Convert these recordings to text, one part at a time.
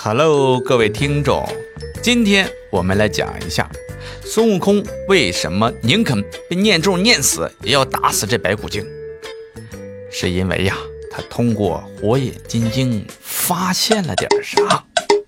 Hello， 各位听众，今天我们来讲一下孙悟空为什么宁肯被念咒念死，也要打死这白骨精。是因为呀，他通过火眼金睛发现了点啥。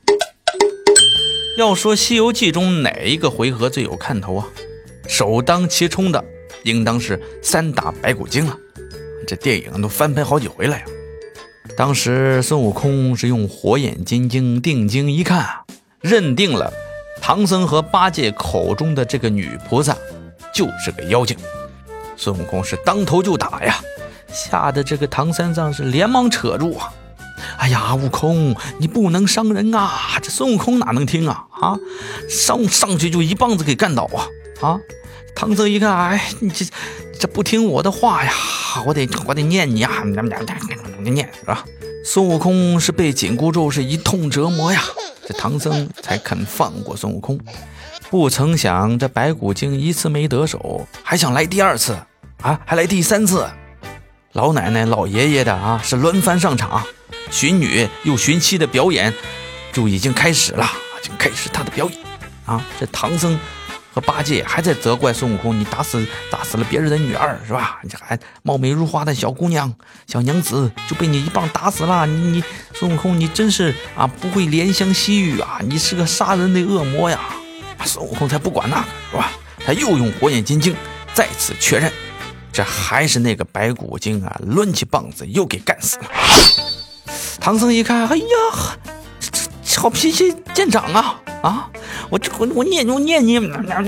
要说《西游记》中哪一个回合最有看头啊？首当其冲的应当是3打白骨精了。这电影都翻拍好几回了呀。当时孙悟空是用火眼金睛定睛一看，认定了唐僧和八戒口中的这个女菩萨就是个妖精。孙悟空是当头就打呀，吓得这个唐三藏是连忙扯住啊！哎呀，悟空，你不能伤人啊！这孙悟空哪能听啊？上去就一棒子给干倒啊！唐僧一看，哎，你这不听我的话呀，我得念你啊，念是吧？孙悟空是被紧箍咒是一通折磨呀，这唐僧才肯放过孙悟空。不曾想这白骨精一次没得手，还想来第2次啊，还来第3次。老奶奶老爷爷的啊是轮番上场，寻女又寻妻的表演就已经开始了，就开始他的表演啊。这唐僧和八戒还在责怪孙悟空，你打死了别人的女儿是吧？你这还貌美如花的小姑娘小娘子就被你一棒打死了，你孙悟空你真是啊不会怜香惜玉啊，你是个杀人的恶魔呀！孙悟空才不管那个是吧？他又用火眼金睛再次确认，这还是那个白骨精啊，抡起棒子又给干死了。唐僧一看，哎呀，这好脾气见长啊！我念你，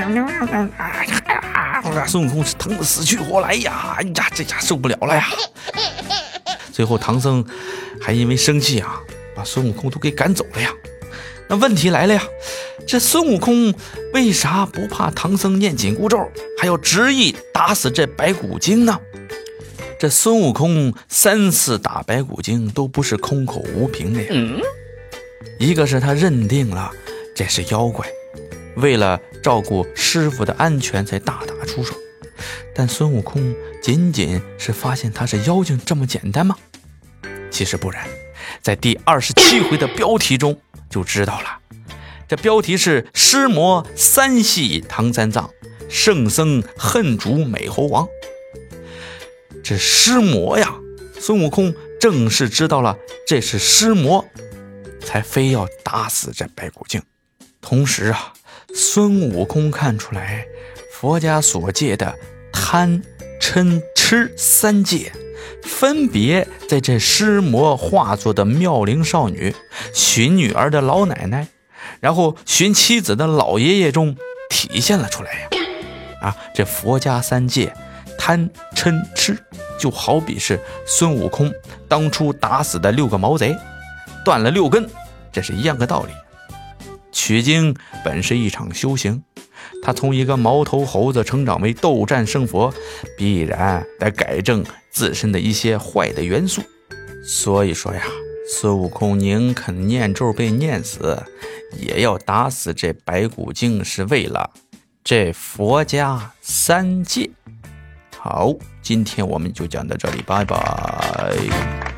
孙悟空是疼得死去活来呀！哎呀，这下受不了了呀！最后唐僧还因为生气啊，把孙悟空都给赶走了呀。那问题来了呀，这孙悟空为啥不怕唐僧念紧箍咒，还要执意打死这白骨精呢？这孙悟空3次打白骨精都不是空口无凭的呀。一个是他认定了这是妖怪，为了照顾师傅的安全才大打出手。但孙悟空仅仅是发现他是妖精这么简单吗？其实不然，在第27回的标题中就知道了。这标题是尸魔3系唐三藏，圣僧恨主美猴王。这尸魔呀，孙悟空正是知道了这是尸魔，才非要打死这白骨精。同时啊，孙悟空看出来佛家所戒的贪嗔痴3戒分别在这尸魔化作的妙龄少女、寻女儿的老奶奶，然后寻妻子的老爷爷中体现了出来呀。这佛家3戒贪嗔痴，就好比是孙悟空当初打死的6个毛贼，断了6根，这是一样的道理。取经本是一场修行，他从一个毛头猴子成长为斗战胜佛，必然得改正自身的一些坏的元素。所以说呀，孙悟空宁肯念咒被念死，也要打死这白骨精，是为了这佛家3戒。好，今天我们就讲到这里，拜拜。